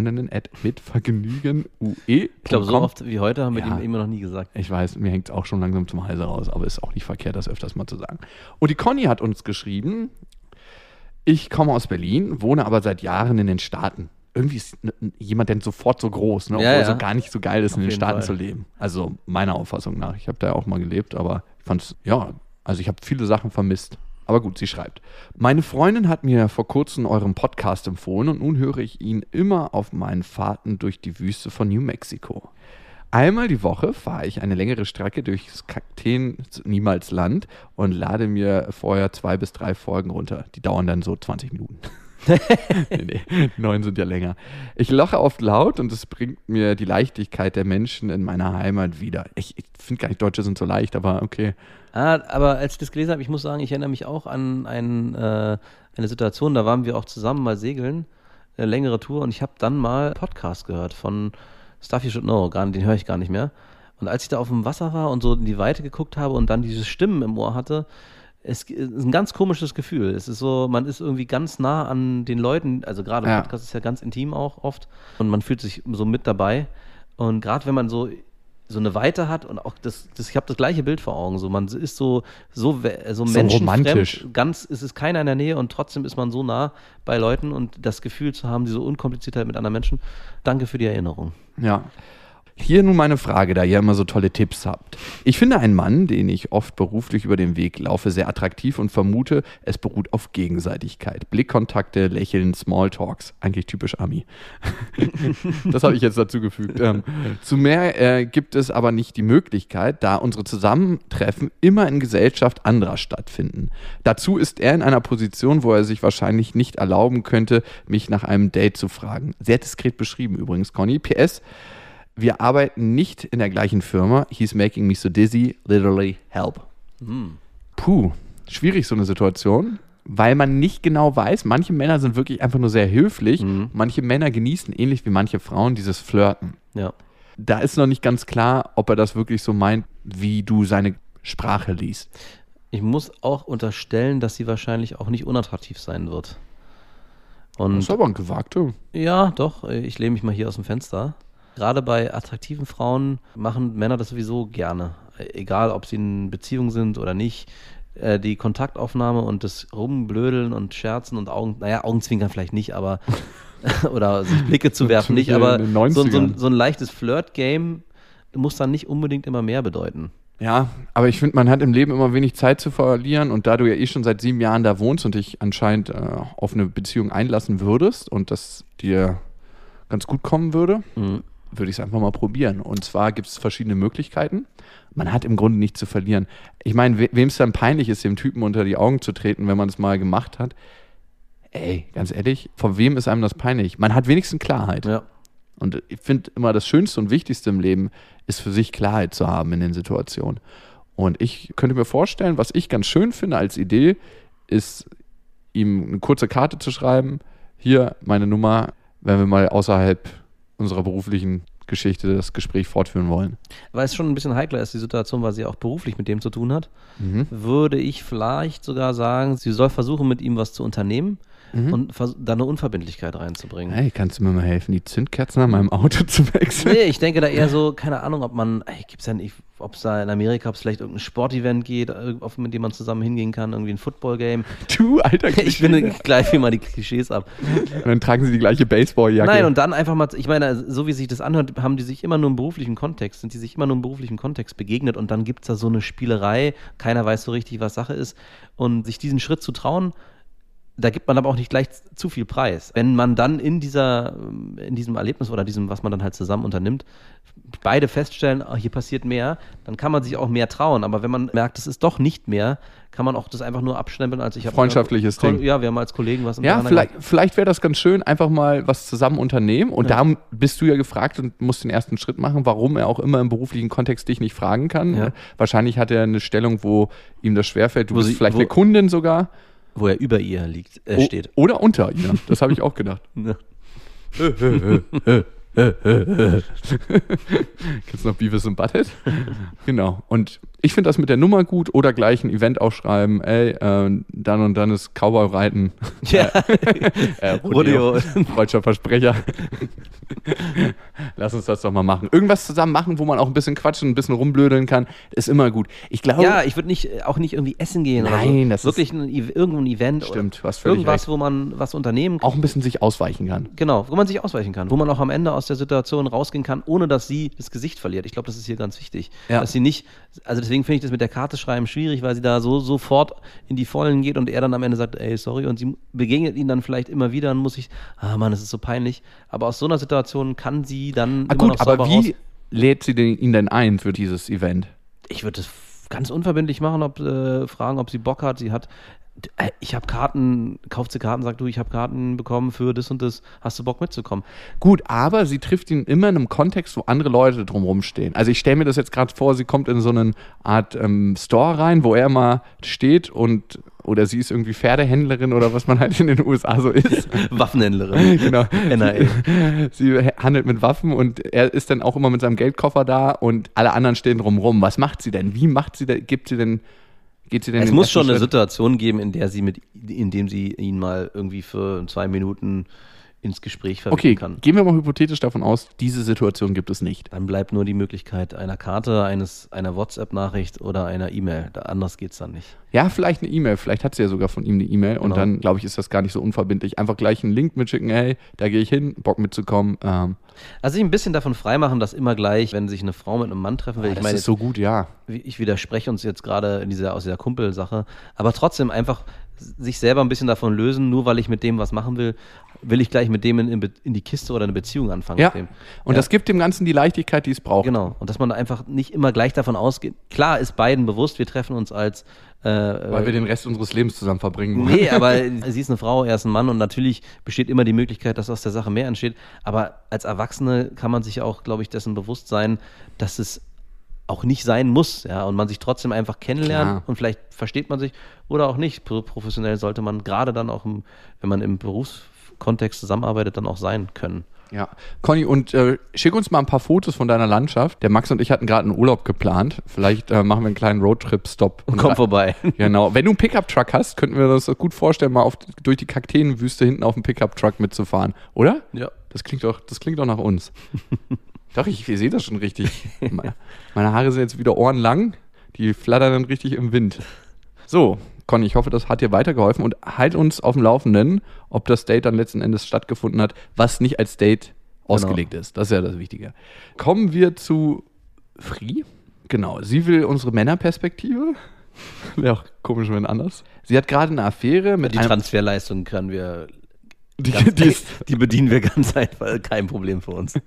bestefreundinnen@mitvergnügen.ue. Ich glaube, so oft wie heute haben wir ihm immer noch nie gesagt. Ich weiß, mir hängt es auch schon langsam zum Halse raus, aber ist auch nicht verkehrt, das öfters mal zu sagen. Und die Conny hat uns geschrieben, ich komme aus Berlin, wohne aber seit Jahren in den Staaten. Irgendwie ist jemand denn sofort so groß, ne? Obwohl es so gar nicht so geil ist, in den Staaten zu leben. Also meiner Auffassung nach. Ich habe da ja auch mal gelebt, aber ich fand es, also ich habe viele Sachen vermisst. Aber gut, sie schreibt. Meine Freundin hat mir vor kurzem euren Podcast empfohlen und nun höre ich ihn immer auf meinen Fahrten durch die Wüste von New Mexico. Einmal die Woche fahre ich eine längere Strecke durchs Kakteen-Niemalsland und lade mir vorher 2 bis 3 Folgen runter. Die dauern dann so 20 Minuten. Nee, 9 sind ja länger. Ich lache oft laut und es bringt mir die Leichtigkeit der Menschen in meiner Heimat wieder. Ich finde gar nicht, Deutsche sind so leicht, aber okay. Aber als ich das gelesen habe, ich muss sagen, ich erinnere mich auch an eine Situation, da waren wir auch zusammen mal segeln, eine längere Tour und ich habe dann mal einen Podcast gehört von Stuff You Should Know, den höre ich gar nicht mehr. Und als ich da auf dem Wasser war und so in die Weite geguckt habe und dann diese Stimmen im Ohr hatte, es ist ein ganz komisches Gefühl. Es ist so, man ist irgendwie ganz nah an den Leuten, also gerade Podcast ist ja ganz intim auch oft und man fühlt sich so mit dabei. Und gerade wenn man so eine Weite hat und auch ich habe das gleiche Bild vor Augen, so man ist so menschenfremd, es ist keiner in der Nähe und trotzdem ist man so nah bei Leuten und das Gefühl zu haben, diese Unkompliziertheit mit anderen Menschen. Danke für die Erinnerung. Ja. Hier nun meine Frage, da ihr immer so tolle Tipps habt. Ich finde einen Mann, den ich oft beruflich über den Weg laufe, sehr attraktiv und vermute, es beruht auf Gegenseitigkeit. Blickkontakte, Lächeln, Smalltalks. Eigentlich typisch Ami. Das habe ich jetzt dazu gefügt. Zu mehr gibt es aber nicht die Möglichkeit, da unsere Zusammentreffen immer in Gesellschaft anderer stattfinden. Dazu ist er in einer Position, wo er sich wahrscheinlich nicht erlauben könnte, mich nach einem Date zu fragen. Sehr diskret beschrieben übrigens, Conny. PS, wir arbeiten nicht in der gleichen Firma. He's making me so dizzy, literally help. Puh, schwierig so eine Situation, weil man nicht genau weiß, manche Männer sind wirklich einfach nur sehr höflich, manche Männer genießen ähnlich wie manche Frauen dieses Flirten. Ja. Da ist noch nicht ganz klar, ob er das wirklich so meint, wie du seine Sprache liest. Ich muss auch unterstellen, dass sie wahrscheinlich auch nicht unattraktiv sein wird. Und das ist aber ein gewagter. Ja, doch, ich lehne mich mal hier aus dem Fenster. Gerade bei attraktiven Frauen machen Männer das sowieso gerne. Egal, ob sie in Beziehung sind oder nicht. Die Kontaktaufnahme und das Rumblödeln und Scherzen und Augenzwinkern vielleicht nicht, aber oder sich Blicke zu werfen nicht, aber so ein leichtes Flirt-Game muss dann nicht unbedingt immer mehr bedeuten. Ja, aber ich finde, man hat im Leben immer wenig Zeit zu verlieren und da du ja schon seit 7 Jahren da wohnst und dich anscheinend auf eine Beziehung einlassen würdest und das dir ganz gut kommen würde, würde ich es einfach mal probieren. Und zwar gibt es verschiedene Möglichkeiten. Man hat im Grunde nichts zu verlieren. Ich meine, wem es dann peinlich ist, dem Typen unter die Augen zu treten, wenn man es mal gemacht hat, ganz ehrlich, vor wem ist einem das peinlich? Man hat wenigstens Klarheit. Ja. Und ich finde immer, das Schönste und Wichtigste im Leben ist für sich Klarheit zu haben in den Situationen. Und ich könnte mir vorstellen, was ich ganz schön finde als Idee, ist, ihm eine kurze Karte zu schreiben, hier meine Nummer, wenn wir mal außerhalb unserer beruflichen Geschichte das Gespräch fortführen wollen. Weil es schon ein bisschen heikler ist, die Situation, weil sie auch beruflich mit dem zu tun hat, würde ich vielleicht sogar sagen, sie soll versuchen, mit ihm was zu unternehmen und da eine Unverbindlichkeit reinzubringen. Hey, kannst du mir mal helfen, die Zündkerzen an meinem Auto zu wechseln? Nee, ich denke da eher so, keine Ahnung, ob es da in Amerika, ob es vielleicht irgendein Sportevent geht, mit dem man zusammen hingehen kann, irgendwie ein Football-Game. Du, alter Klischee. Ich bin gleich wie mal die Klischees ab. Und dann tragen sie die gleiche Baseballjacke. Nein, und dann einfach mal, ich meine, so wie sich das anhört, sind die sich immer nur im beruflichen Kontext begegnet und dann gibt es da so eine Spielerei, keiner weiß so richtig, was Sache ist und sich diesen Schritt zu trauen, da gibt man aber auch nicht gleich zu viel Preis. Wenn man dann in diesem Erlebnis oder diesem, was man dann halt zusammen unternimmt, beide feststellen, hier passiert mehr, dann kann man sich auch mehr trauen. Aber wenn man merkt, es ist doch nicht mehr, kann man auch das einfach nur abstempeln als freundschaftliches Ding. Ja, wir haben als Kollegen was Ja, vielleicht wäre das ganz schön, einfach mal was zusammen unternehmen. Und da bist du ja gefragt und musst den ersten Schritt machen, warum er auch immer im beruflichen Kontext dich nicht fragen kann. Ja. Wahrscheinlich hat er eine Stellung, wo ihm das schwerfällt. Du bist vielleicht eine Kundin sogar. Wo er über ihr steht. Oder unter ihr. Das habe ich auch gedacht. Kennst du noch Beavis und Butthead? Genau. Und ich finde das mit der Nummer gut oder gleich ein Event aufschreiben. Ey, dann und dann ist Cowboy-Reiten. Ja. Rodeo. Freudscher Versprecher. Lass uns das doch mal machen. Irgendwas zusammen machen, wo man auch ein bisschen quatschen, ein bisschen rumblödeln kann, ist immer gut. Ich glaube. Ja, ich würde auch nicht irgendwie essen gehen. Nein, oder so. Das wirklich ist irgendwo ein Event. Stimmt, was völlig irgendwas, recht. Wo man was unternehmen kann. Auch ein bisschen sich ausweichen kann. Genau, wo man sich ausweichen kann. Wo man auch am Ende aus der Situation rausgehen kann, ohne dass sie das Gesicht verliert. Ich glaube, das ist hier ganz wichtig. Ja. Dass sie nicht, also deswegen finde ich das mit der Karte schreiben schwierig, weil sie da sofort in die Vollen geht und er dann am Ende sagt, ey, sorry, und sie begegnet ihn dann vielleicht immer wieder und muss sich, Mann, das ist so peinlich. Aber aus so einer Situation kann sie dann immer gut, noch sauber aber wie lädt sie ihn denn ein für dieses Event? Ich würde es ganz unverbindlich machen, fragen, ob sie Bock hat. Ich habe Karten, kauft sie Karten, sagt du, ich habe Karten bekommen für das und das, hast du Bock mitzukommen? Gut, aber sie trifft ihn immer in einem Kontext, wo andere Leute drumherum stehen. Also ich stelle mir das jetzt gerade vor, sie kommt in so eine Art Store rein, wo er mal steht oder sie ist irgendwie Pferdehändlerin oder was man halt in den USA so ist. Waffenhändlerin. Genau. NRA. Sie handelt mit Waffen und er ist dann auch immer mit seinem Geldkoffer da und alle anderen stehen drumrum. Was macht sie denn? Wie macht sie denn? Geht sie denn es muss schon eine Situation geben, in dem sie ihn mal irgendwie für 2 Minuten ins Gespräch verwickeln kann. Okay, gehen wir mal hypothetisch davon aus, diese Situation gibt es nicht. Dann bleibt nur die Möglichkeit einer Karte, einer WhatsApp-Nachricht oder einer E-Mail. Anders geht's dann nicht. Ja, vielleicht eine E-Mail. Vielleicht hat sie ja sogar von ihm eine E-Mail. Genau. Und dann, glaube ich, ist das gar nicht so unverbindlich. Einfach gleich einen Link mitschicken, hey, da gehe ich hin, Bock mitzukommen. Also sich ein bisschen davon freimachen, dass immer gleich, wenn sich eine Frau mit einem Mann treffen will. Das ist so gut, ja. Ich widerspreche uns jetzt gerade aus dieser Kumpelsache. Aber trotzdem einfach sich selber ein bisschen davon lösen, nur weil ich mit dem was machen will ich gleich mit dem in die Kiste oder eine Beziehung anfangen. Ja, und das gibt dem Ganzen die Leichtigkeit, die es braucht. Genau, und dass man einfach nicht immer gleich davon ausgeht. Klar ist beiden bewusst, wir treffen uns als weil wir den Rest unseres Lebens zusammen verbringen wollen. Nee, aber sie ist eine Frau, er ist ein Mann und natürlich besteht immer die Möglichkeit, dass aus der Sache mehr entsteht. Aber als Erwachsene kann man sich auch, glaube ich, dessen bewusst sein, dass es auch nicht sein muss, ja, und man sich trotzdem einfach kennenlernt und vielleicht versteht man sich oder auch nicht. Professionell sollte man gerade dann auch, wenn man im Berufskontext zusammenarbeitet, dann auch sein können. Ja, Conny, und schick uns mal ein paar Fotos von deiner Landschaft. Der Max und ich hatten gerade einen Urlaub geplant. Vielleicht machen wir einen kleinen Roadtrip-Stop. Und komm vorbei. Genau. Wenn du einen Pickup-Truck hast, könnten wir uns das gut vorstellen, mal durch die Kakteenwüste hinten auf dem Pickup-Truck mitzufahren. Oder? Ja. Das klingt doch nach uns. Doch, ich sehe das schon richtig. Meine Haare sind jetzt wieder ohrenlang. Die flattern dann richtig im Wind. So, Conny, ich hoffe, das hat dir weitergeholfen und halt uns auf dem Laufenden, ob das Date dann letzten Endes stattgefunden hat, was nicht als Date ausgelegt ist. Das ist ja das Wichtige. Kommen wir zu Free. Genau, sie will unsere Männerperspektive. Wäre auch komisch, wenn anders. Sie hat gerade eine Affäre mit die Transferleistung können wir... Die bedienen wir ganz einfach, kein Problem für uns.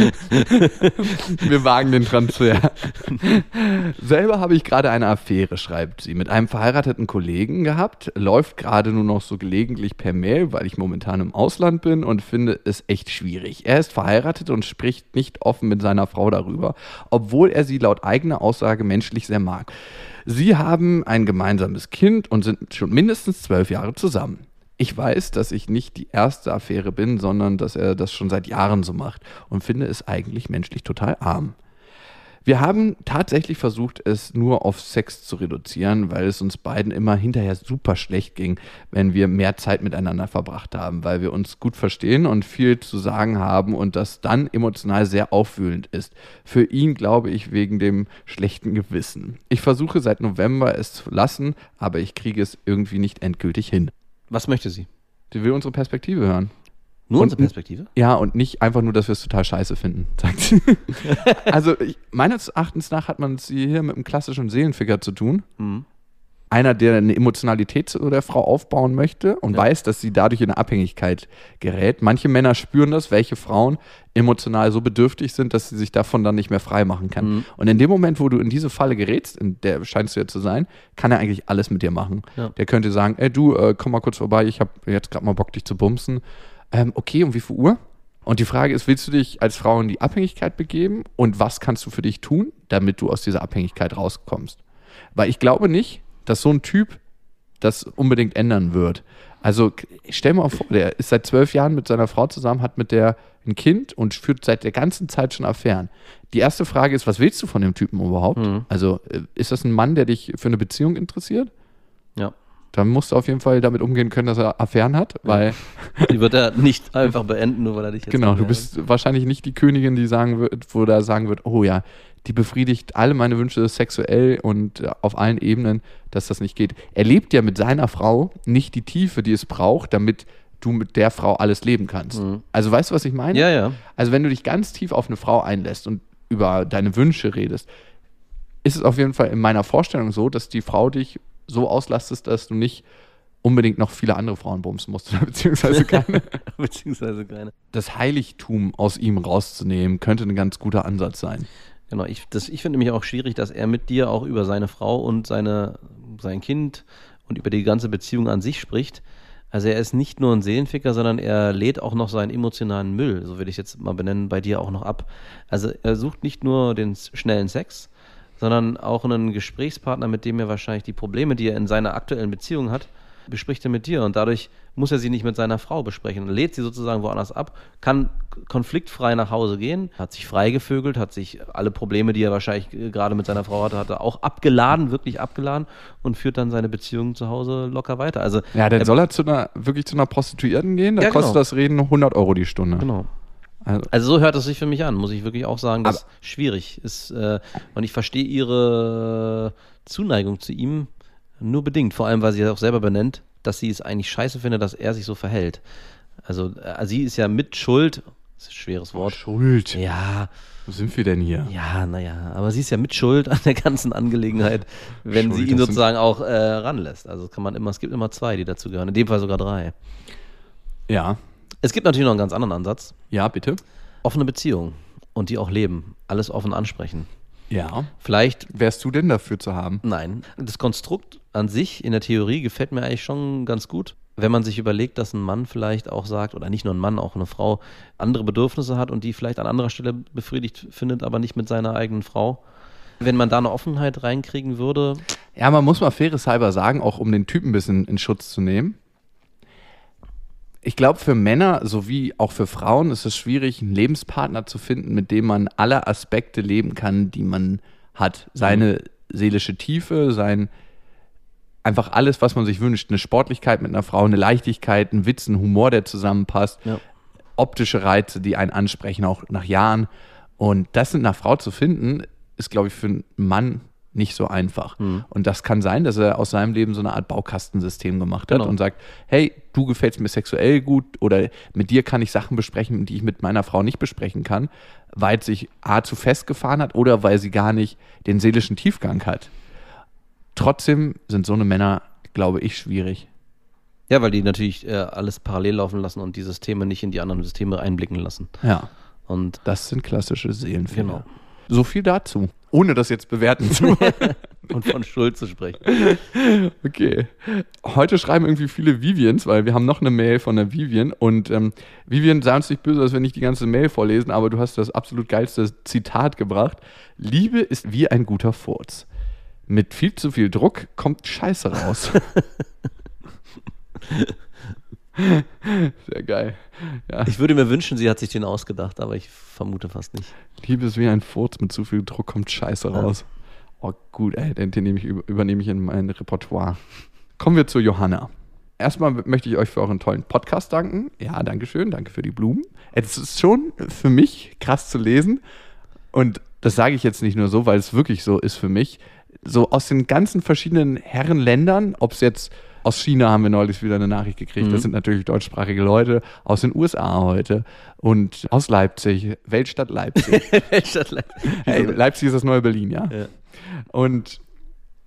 Wir wagen den Transfer. Selber habe ich gerade eine Affäre, schreibt sie, mit einem verheirateten Kollegen gehabt, läuft gerade nur noch so gelegentlich per Mail, weil ich momentan im Ausland bin und finde es echt schwierig. Er ist verheiratet und spricht nicht offen mit seiner Frau darüber, obwohl er sie laut eigener Aussage menschlich sehr mag. Sie haben ein gemeinsames Kind und sind schon mindestens 12 Jahre zusammen. Ich weiß, dass ich nicht die erste Affäre bin, sondern dass er das schon seit Jahren so macht und finde es eigentlich menschlich total arm. Wir haben tatsächlich versucht, es nur auf Sex zu reduzieren, weil es uns beiden immer hinterher super schlecht ging, wenn wir mehr Zeit miteinander verbracht haben, weil wir uns gut verstehen und viel zu sagen haben und das dann emotional sehr aufwühlend ist. Für ihn, glaube ich, wegen dem schlechten Gewissen. Ich versuche seit November es zu lassen, aber ich kriege es irgendwie nicht endgültig hin. Was möchte sie? Sie will unsere Perspektive hören. Nur unsere Perspektive? Ja, und nicht einfach nur, dass wir es total scheiße finden, sagt sie. Also meines Erachtens nach hat man es hier mit einem klassischen Seelenficker zu tun. Mhm. einer, der eine Emotionalität zu der Frau aufbauen möchte und weiß, dass sie dadurch in eine Abhängigkeit gerät. Manche Männer spüren das, welche Frauen emotional so bedürftig sind, dass sie sich davon dann nicht mehr frei machen kann. Und in dem Moment, wo du in diese Falle gerätst, in der scheinst du ja zu sein, kann er eigentlich alles mit dir machen. Ja. Der könnte sagen, ey du, komm mal kurz vorbei, ich habe jetzt gerade mal Bock, dich zu bumsen. Okay, um wie viel Uhr? Und die Frage ist, willst du dich als Frau in die Abhängigkeit begeben und was kannst du für dich tun, damit du aus dieser Abhängigkeit rauskommst? Weil ich glaube nicht, dass so ein Typ das unbedingt ändern wird. Also stell mal vor, der ist seit 12 Jahren mit seiner Frau zusammen, hat mit der ein Kind und führt seit der ganzen Zeit schon Affären. Die erste Frage ist, was willst du von dem Typen überhaupt? Also ist das ein Mann, der dich für eine Beziehung interessiert? Ja. Dann musst du auf jeden Fall damit umgehen können, dass er Affären hat, weil... Die wird er nicht einfach beenden, nur weil er dich jetzt... Genau, du bist wahrscheinlich nicht die Königin, die sagen wird, wo er sagen wird, oh ja, die befriedigt alle meine Wünsche sexuell und auf allen Ebenen, dass das nicht geht. Er lebt ja mit seiner Frau nicht die Tiefe, die es braucht, damit du mit der Frau alles leben kannst. Also weißt du, was ich meine? Ja, ja. Also wenn du dich ganz tief auf eine Frau einlässt und über deine Wünsche redest, ist es auf jeden Fall in meiner Vorstellung so, dass die Frau dich so auslastest, dass du nicht unbedingt noch viele andere Frauen bumsen musst, beziehungsweise keine. Das Heiligtum aus ihm rauszunehmen, könnte ein ganz guter Ansatz sein. Genau, ich finde nämlich auch schwierig, dass er mit dir auch über seine Frau und sein Kind und über die ganze Beziehung an sich spricht. Also er ist nicht nur ein Seelenficker, sondern er lädt auch noch seinen emotionalen Müll, so will ich es jetzt mal benennen, bei dir auch noch ab. Also er sucht nicht nur den schnellen Sex, sondern auch einen Gesprächspartner, mit dem er wahrscheinlich die Probleme, die er in seiner aktuellen Beziehung hat, bespricht er mit dir. Und dadurch muss er sie nicht mit seiner Frau besprechen. Er lädt sie sozusagen woanders ab, kann konfliktfrei nach Hause gehen, hat sich freigevögelt, hat sich alle Probleme, die er wahrscheinlich gerade mit seiner Frau hatte, auch abgeladen, wirklich abgeladen und führt dann seine Beziehung zu Hause locker weiter. Also, ja, dann soll er wirklich zu einer Prostituierten gehen, da kostet das Reden 100 Euro die Stunde. Genau. Also so hört es sich für mich an, muss ich wirklich auch sagen, dass schwierig ist. Und ich verstehe ihre Zuneigung zu ihm nur bedingt, vor allem, weil sie auch selber benennt, dass sie es eigentlich scheiße findet, dass er sich so verhält. Also sie ist ja mit Schuld, das ist ein schweres Wort. Schuld? Ja. Wo sind wir denn hier? Ja, naja, aber sie ist ja mit Schuld an der ganzen Angelegenheit, wenn sie ihn sozusagen auch ranlässt. Also es gibt immer 2, die dazu gehören, in dem Fall sogar 3. Ja. Es gibt natürlich noch einen ganz anderen Ansatz. Ja, bitte. Offene Beziehung und die auch leben. Alles offen ansprechen. Ja. Vielleicht. Wärst du denn dafür zu haben? Nein. Das Konstrukt an sich in der Theorie gefällt mir eigentlich schon ganz gut. Wenn man sich überlegt, dass ein Mann vielleicht auch sagt, oder nicht nur ein Mann, auch eine Frau, andere Bedürfnisse hat und die vielleicht an anderer Stelle befriedigt findet, aber nicht mit seiner eigenen Frau. Wenn man da eine Offenheit reinkriegen würde. Ja, man muss mal faires halber sagen, auch um den Typen ein bisschen in Schutz zu nehmen. Ich glaube, für Männer sowie auch für Frauen ist es schwierig, einen Lebenspartner zu finden, mit dem man alle Aspekte leben kann, die man hat. Seine seelische Tiefe, einfach alles, was man sich wünscht. Eine Sportlichkeit mit einer Frau, eine Leichtigkeit, ein Witz, ein Humor, der zusammenpasst. Ja. Optische Reize, die einen ansprechen, auch nach Jahren. Und das in einer Frau zu finden, ist, glaube ich, für einen Mann nicht so einfach. Und das kann sein, dass er aus seinem Leben so eine Art Baukastensystem gemacht hat und sagt, hey, du gefällst mir sexuell gut oder mit dir kann ich Sachen besprechen, die ich mit meiner Frau nicht besprechen kann, weil es sich zu festgefahren hat oder weil sie gar nicht den seelischen Tiefgang hat. Trotzdem sind so eine Männer, glaube ich, schwierig. Ja, weil die natürlich alles parallel laufen lassen und die Systeme nicht in die anderen Systeme einblicken lassen. Ja, und das sind klassische Seelenfehler. Genau. So viel dazu. Ohne das jetzt bewerten zu wollen. Und von Schuld zu sprechen. Okay. Heute schreiben irgendwie viele Vivians, weil wir haben noch eine Mail von der Vivian. Und Vivian, sei uns nicht böse, dass wir nicht die ganze Mail vorlesen, aber du hast das absolut geilste Zitat gebracht. Liebe ist wie ein guter Furz. Mit viel zu viel Druck kommt Scheiße raus. Sehr geil. Ja. Ich würde mir wünschen, sie hat sich den ausgedacht, aber ich vermute fast nicht. Liebe ist wie ein Furz, mit zu viel Druck kommt Scheiße raus. Oh gut, ey, den übernehme ich in mein Repertoire. Kommen wir zu Johanna. Erstmal möchte ich euch für euren tollen Podcast danken. Ja, dankeschön, danke für die Blumen. Es ist schon für mich krass zu lesen und das sage ich jetzt nicht nur so, weil es wirklich so ist für mich. So aus den ganzen verschiedenen Herrenländern, ob es jetzt aus China haben wir neulich wieder eine Nachricht gekriegt. Das sind natürlich deutschsprachige Leute aus den USA heute und aus Leipzig, Weltstadt Leipzig. Weltstadt Leipzig. Hey, Leipzig ist das neue Berlin, ja? Ja. Und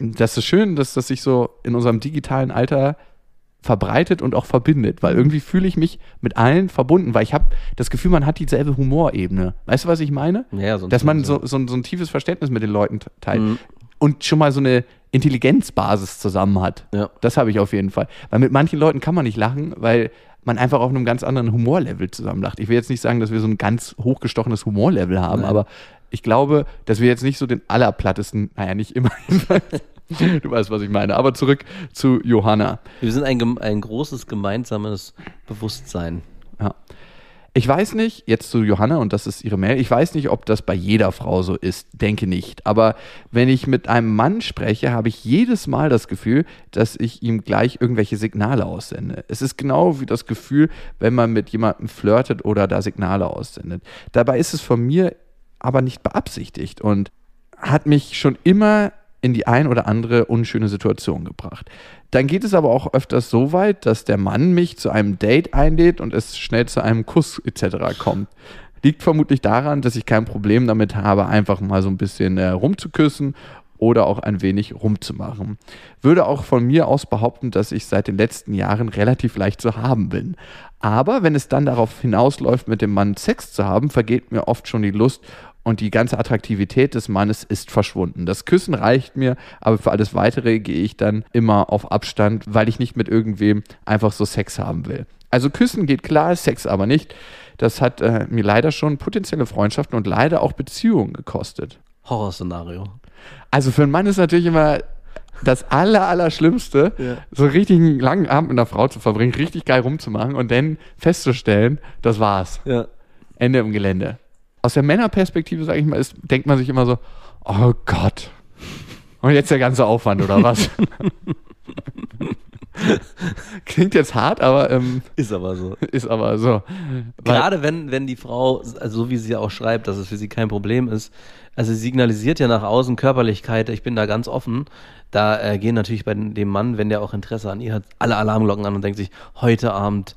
das ist schön, dass das sich so in unserem digitalen Alter verbreitet und auch verbindet, weil irgendwie fühle ich mich mit allen verbunden, weil ich habe das Gefühl, man hat dieselbe Humorebene. Weißt du, was ich meine? Ja, dass man so ein tiefes Verständnis mit den Leuten teilt und schon mal so eine Intelligenzbasis zusammen hat. Ja. Das habe ich auf jeden Fall. Weil mit manchen Leuten kann man nicht lachen, weil man einfach auf einem ganz anderen Humorlevel zusammen lacht. Ich will jetzt nicht sagen, dass wir so ein ganz hochgestochenes Humorlevel haben, aber ich glaube, dass wir jetzt nicht so den allerplattesten, naja, nicht immer jedenfalls. Du weißt, was ich meine. Aber zurück zu Johanna. Wir sind ein großes gemeinsames Bewusstsein. Ja. Ich weiß nicht, jetzt zu Johanna, und das ist ihre Mail, ich weiß nicht, ob das bei jeder Frau so ist, denke nicht. Aber wenn ich mit einem Mann spreche, habe ich jedes Mal das Gefühl, dass ich ihm gleich irgendwelche Signale aussende. Es ist genau wie das Gefühl, wenn man mit jemandem flirtet oder da Signale aussendet. Dabei ist es von mir aber nicht beabsichtigt und hat mich schon immer in die ein oder andere unschöne Situation gebracht. Dann geht es aber auch öfters so weit, dass der Mann mich zu einem Date einlädt und es schnell zu einem Kuss etc. kommt. Liegt vermutlich daran, dass ich kein Problem damit habe, einfach mal so ein bisschen rumzuküssen oder auch ein wenig rumzumachen. Würde auch von mir aus behaupten, dass ich seit den letzten Jahren relativ leicht zu haben bin. Aber wenn es dann darauf hinausläuft, mit dem Mann Sex zu haben, vergeht mir oft schon die Lust und die ganze Attraktivität des Mannes ist verschwunden. Das Küssen reicht mir, aber für alles Weitere gehe ich dann immer auf Abstand, weil ich nicht mit irgendwem einfach so Sex haben will. Also Küssen geht klar, Sex aber nicht. Das hat mir leider schon potenzielle Freundschaften und leider auch Beziehungen gekostet. Horrorszenario. Also für einen Mann ist natürlich immer das Allerschlimmste, so richtig einen langen Abend mit einer Frau zu verbringen, richtig geil rumzumachen und dann festzustellen, das war's. Ja. Ende im Gelände. Aus der Männerperspektive, sage ich mal, denkt man sich immer so, oh Gott. Und jetzt der ganze Aufwand, oder was? Klingt jetzt hart, aber ist aber so. Ist aber so. Gerade wenn die Frau, also so wie sie ja auch schreibt, dass es für sie kein Problem ist, also sie signalisiert ja nach außen Körperlichkeit, ich bin da ganz offen. Da gehen natürlich bei dem Mann, wenn der auch Interesse an ihr hat, alle Alarmglocken an und denkt sich, heute Abend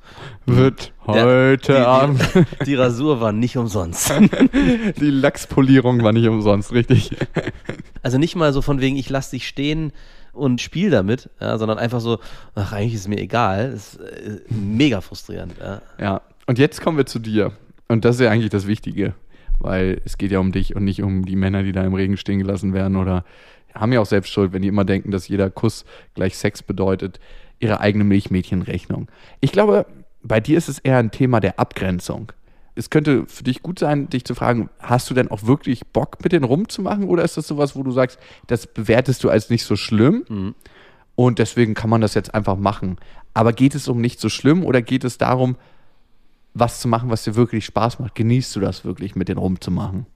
die Rasur war nicht umsonst. Die Lachspolierung war nicht umsonst, richtig. Also nicht mal so von wegen, ich lass dich stehen und spiel damit, ja, sondern einfach so, ach, eigentlich ist es mir egal. Das ist mega frustrierend. Ja, und jetzt kommen wir zu dir. Und das ist ja eigentlich das Wichtige, weil es geht ja um dich und nicht um die Männer, die da im Regen stehen gelassen werden oder haben ja auch selbst Schuld, wenn die immer denken, dass jeder Kuss gleich Sex bedeutet, ihre eigene Milchmädchenrechnung. Ich glaube, bei dir ist es eher ein Thema der Abgrenzung. Es könnte für dich gut sein, dich zu fragen, hast du denn auch wirklich Bock, mit denen rumzumachen? Oder ist das sowas, wo du sagst, das bewertest du als nicht so schlimm und deswegen kann man das jetzt einfach machen? Aber geht es um nicht so schlimm oder geht es darum, was zu machen, was dir wirklich Spaß macht? Genießt du das wirklich, mit denen rumzumachen?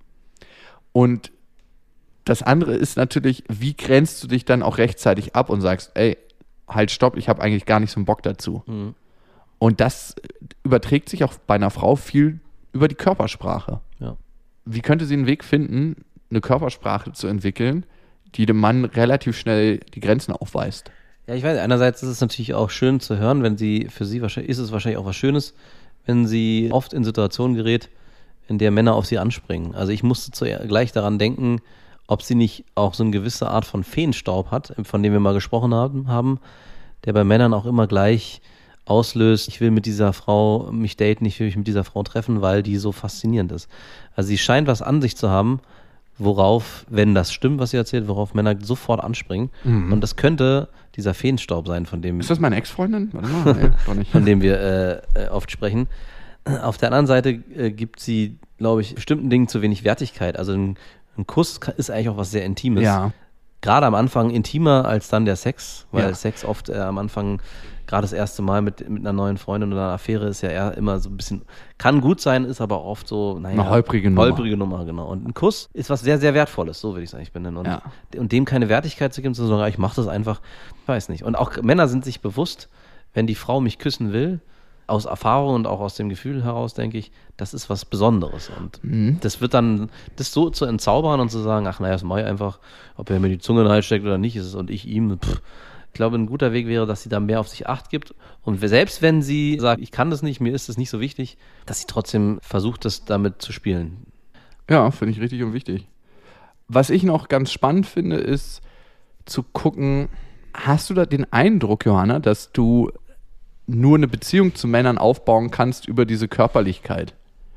Und das andere ist natürlich, wie grenzt du dich dann auch rechtzeitig ab und sagst, ey, halt, stopp, ich habe eigentlich gar nicht so einen Bock dazu. Und das überträgt sich auch bei einer Frau viel über die Körpersprache. Ja. Wie könnte sie einen Weg finden, eine Körpersprache zu entwickeln, die dem Mann relativ schnell die Grenzen aufweist? Ja, ich weiß, einerseits ist es natürlich auch schön zu hören, wenn sie, für sie ist es wahrscheinlich auch was Schönes, wenn sie oft in Situationen gerät, in der Männer auf sie anspringen. Also ich musste gleich daran denken, ob sie nicht auch so eine gewisse Art von Feenstaub hat, von dem wir mal gesprochen haben, der bei Männern auch immer gleich auslöst, ich will mit dieser Frau mich daten, ich will mich mit dieser Frau treffen, weil die so faszinierend ist. Also sie scheint was an sich zu haben, worauf, wenn das stimmt, was sie erzählt, worauf Männer sofort anspringen. Und das könnte dieser Feenstaub sein, von dem... Ist das meine Ex-Freundin? Warte mal, nee, doch nicht. Von dem wir oft sprechen. Auf der anderen Seite gibt sie, glaube ich, bestimmten Dingen zu wenig Wertigkeit. Also ein Kuss ist eigentlich auch was sehr Intimes. Ja. Gerade am Anfang intimer als dann der Sex, weil Ja. Sex oft am Anfang, gerade das erste Mal mit einer neuen Freundin oder einer Affäre, ist ja eher immer so ein bisschen, kann gut sein, ist aber oft so, naja. Eine holprige Nummer. Holprige Nummer, genau. Und ein Kuss ist was sehr, sehr Wertvolles, so würde ich es eigentlich benennen. Ja. Und dem keine Wertigkeit zu geben, zu sagen, ich mache das einfach, ich weiß nicht. Und auch Männer sind sich bewusst, wenn die Frau mich küssen will, aus Erfahrung und auch aus dem Gefühl heraus, denke ich, das ist was Besonderes. Und das wird dann, das so zu entzaubern und zu sagen, ach naja, das mache ich einfach, ob er mir die Zunge reinsteckt oder nicht, ist es und ich ihm. Ich glaube, ein guter Weg wäre, dass sie da mehr auf sich Acht gibt. Und selbst wenn sie sagt, ich kann das nicht, mir ist das nicht so wichtig, dass sie trotzdem versucht, das damit zu spielen. Ja, finde ich richtig und wichtig. Was ich noch ganz spannend finde, ist, zu gucken, hast du da den Eindruck, Johanna, dass du nur eine Beziehung zu Männern aufbauen kannst über diese Körperlichkeit?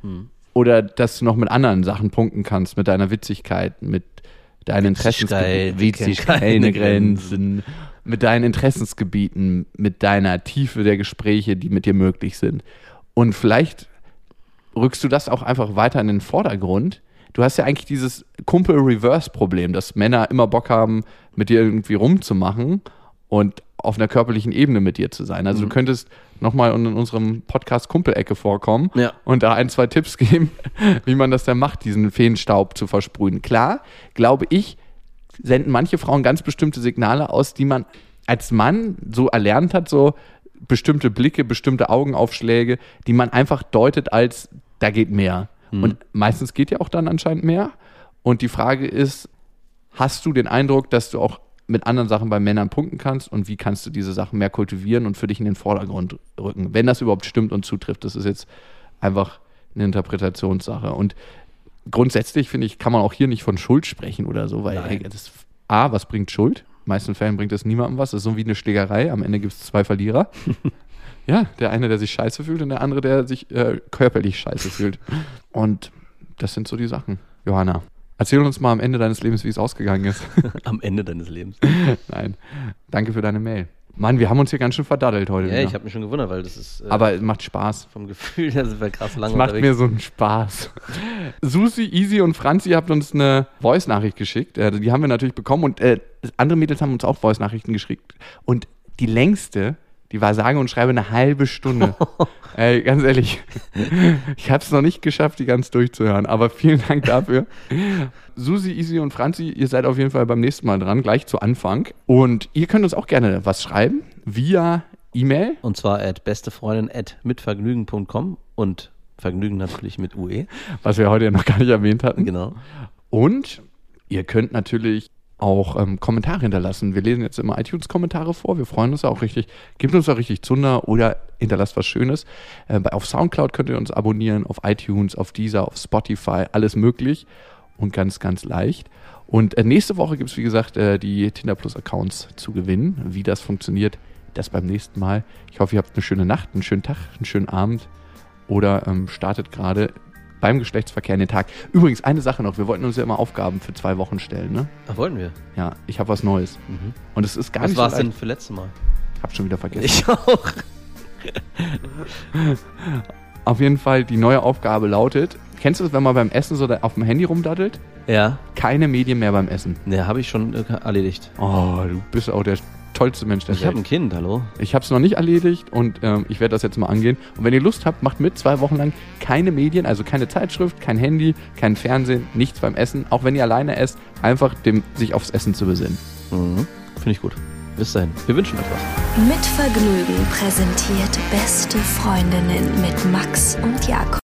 Oder dass du noch mit anderen Sachen punkten kannst, mit deiner Witzigkeit, mit deinen Interessensgebieten, Witzigkeit, keine Grenzen, mit deinen Interessensgebieten, mit deiner Tiefe der Gespräche, die mit dir möglich sind. Und vielleicht rückst du das auch einfach weiter in den Vordergrund. Du hast ja eigentlich dieses Kumpel-Reverse-Problem, dass Männer immer Bock haben, mit dir irgendwie rumzumachen und auf einer körperlichen Ebene mit dir zu sein. Also du könntest nochmal in unserem Podcast Kumpelecke vorkommen und da 1, 2 Tipps geben, wie man das dann macht, diesen Feenstaub zu versprühen. Klar, glaube ich, senden manche Frauen ganz bestimmte Signale aus, die man als Mann so erlernt hat, so bestimmte Blicke, bestimmte Augenaufschläge, die man einfach deutet als, da geht mehr. Und meistens geht ja auch dann anscheinend mehr. Und die Frage ist, hast du den Eindruck, dass du auch mit anderen Sachen bei Männern punkten kannst und wie kannst du diese Sachen mehr kultivieren und für dich in den Vordergrund rücken, wenn das überhaupt stimmt und zutrifft. Das ist jetzt einfach eine Interpretationssache. Und grundsätzlich, finde ich, kann man auch hier nicht von Schuld sprechen oder so, weil was bringt Schuld? In den meisten Fällen bringt es niemandem was. Das ist so wie eine Schlägerei. Am Ende gibt es 2 Verlierer. Ja, der eine, der sich scheiße fühlt und der andere, der sich körperlich scheiße fühlt. Und das sind so die Sachen. Johanna, erzähl uns mal am Ende deines Lebens, wie es ausgegangen ist. Am Ende deines Lebens? Nein. Danke für deine Mail. Mann, wir haben uns hier ganz schön verdaddelt heute. Ja, ich habe mich schon gewundert, weil das ist... aber es macht Spaß. Vom Gefühl her sind wir krass lang unterwegs. Es macht mir so einen Spaß. Susi, Easy und Franzi habt uns eine Voice-Nachricht geschickt. Die haben wir natürlich bekommen und andere Mädels haben uns auch Voice-Nachrichten geschickt. Und die längste, die war sage und schreibe eine halbe Stunde. Ey, ganz ehrlich, ich habe es noch nicht geschafft, die ganz durchzuhören, aber vielen Dank dafür. Susi, Easy und Franzi, ihr seid auf jeden Fall beim nächsten Mal dran, gleich zu Anfang. Und ihr könnt uns auch gerne was schreiben, via E-Mail. Und zwar bestefreundin@mitvergnügen.com und Vergnügen natürlich mit UE. Was wir heute ja noch gar nicht erwähnt hatten. Genau. Und ihr könnt natürlich auch Kommentare hinterlassen. Wir lesen jetzt immer iTunes-Kommentare vor. Wir freuen uns auch richtig. Gebt uns auch richtig Zunder oder hinterlasst was Schönes. Auf Soundcloud könnt ihr uns abonnieren, auf iTunes, auf Deezer, auf Spotify, alles möglich und ganz, ganz leicht. Und nächste Woche gibt es, wie gesagt, die Tinder Plus Accounts zu gewinnen. Wie das funktioniert, das beim nächsten Mal. Ich hoffe, ihr habt eine schöne Nacht, einen schönen Tag, einen schönen Abend oder startet gerade beim Geschlechtsverkehr in den Tag. Übrigens, eine Sache noch, wir wollten uns ja immer Aufgaben für 2 Wochen stellen, ne? Ach, wollten wir? Ja, ich habe was Neues. Und es ist gar nicht so. Was war es denn für letztes Mal? Ich habe schon wieder vergessen. Ich auch. Auf jeden Fall, die neue Aufgabe lautet, kennst du das, wenn man beim Essen so auf dem Handy rumdaddelt? Ja. Keine Medien mehr beim Essen. Ne, habe ich schon erledigt. Oh, du bist auch der tollste Mensch der Welt. Ich habe ein Kind, hallo? Ich habe es noch nicht erledigt und ich werde das jetzt mal angehen. Und wenn ihr Lust habt, macht mit 2 Wochen lang keine Medien, also keine Zeitschrift, kein Handy, kein Fernsehen, nichts beim Essen. Auch wenn ihr alleine esst, einfach sich aufs Essen zu besinnen. Finde ich gut. Bis dahin. Wir wünschen euch was. Mit Vergnügen präsentiert Beste Freundinnen mit Max und Jakob.